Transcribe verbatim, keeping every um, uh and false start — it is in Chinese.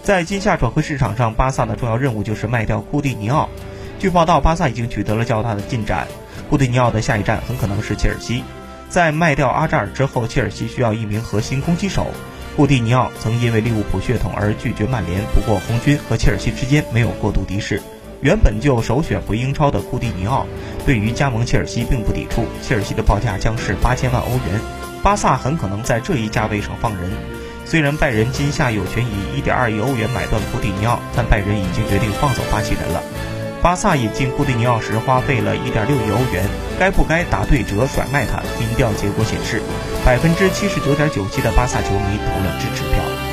在今夏转会市场上，巴萨的重要任务就是卖掉库蒂尼奥。据报道，巴萨已经取得了较大的进展，库蒂尼奥的下一站很可能是切尔西。在卖掉阿扎尔之后，切尔西需要一名核心攻击手。库蒂尼奥曾因为利物浦血统而拒绝曼联，不过红军和切尔西之间没有过度敌视。原本就首选回英超的库蒂尼奥，对于加盟切尔西并不抵触，切尔西的报价将是八千万欧元，巴萨很可能在这一价位上放人。虽然拜仁今夏有权以 一点二亿欧元买断库蒂尼奥，但拜仁已经决定放走巴西人了。巴萨引进库蒂尼奥时花费了 一点六亿欧元，该不该打对折甩卖他？民调结果显示， 百分之七十九点九七 的巴萨球迷投了支持票。